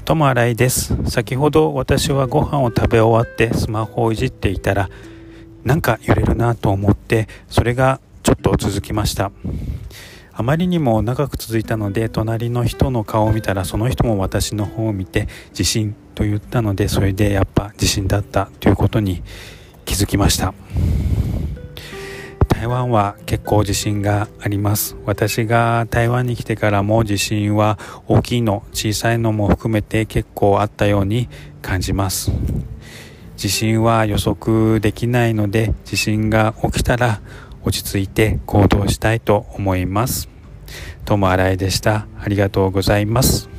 ともあらいです。先ほど私はご飯を食べ終わってスマホをいじっていたら、なんか揺れるなと思って、それがちょっと続きました。あまりにも長く続いたので、隣の人の顔を見たら、その人も私の方を見て地震と言ったので、それでやっぱ地震だったということに気づきました。台湾は結構地震があります。私が台湾に来てからも地震は大きいの小さいのも含めて結構あったように感じます。地震は予測できないので、地震が起きたら落ち着いて行動したいと思います。ともあらいでした。ありがとうございます。